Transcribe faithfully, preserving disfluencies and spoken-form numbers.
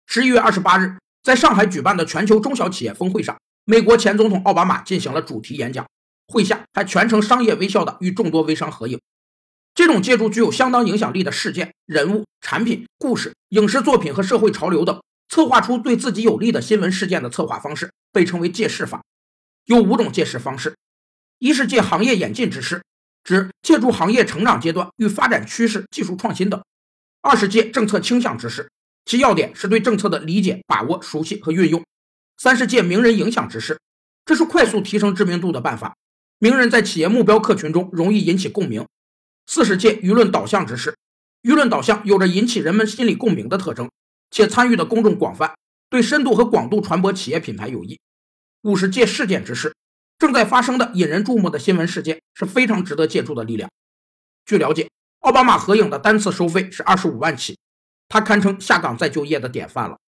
十一月二十八日，在上海举办的全球中小企业峰会上，美国前总统奥巴马进行了主题演讲，会下还全程商业微笑的与众多微商合影。这种借助具有相当影响力的事件、人物、产品、故事、影视作品和社会潮流等，策划出对自己有利的新闻事件的策划方式，被称为借势法。有五种借势方式：一是借行业演进之势，指借助行业成长阶段与发展趋势、技术创新等；二是借政策倾向之势，其要点是对政策的理解、把握、熟悉和运用；三是借名人影响之势，这是快速提升知名度的办法，名人在企业目标客群中容易引起共鸣；四是借舆论导向之势，舆论导向有着引起人们心理共鸣的特征，且参与的公众广泛，对深度和广度传播企业品牌有益；五是借事件之势，正在发生的引人注目的新闻事件是非常值得借助的力量。据了解，奥巴马合影的单次收费是二十五万起，他堪称下岗再就业的典范了。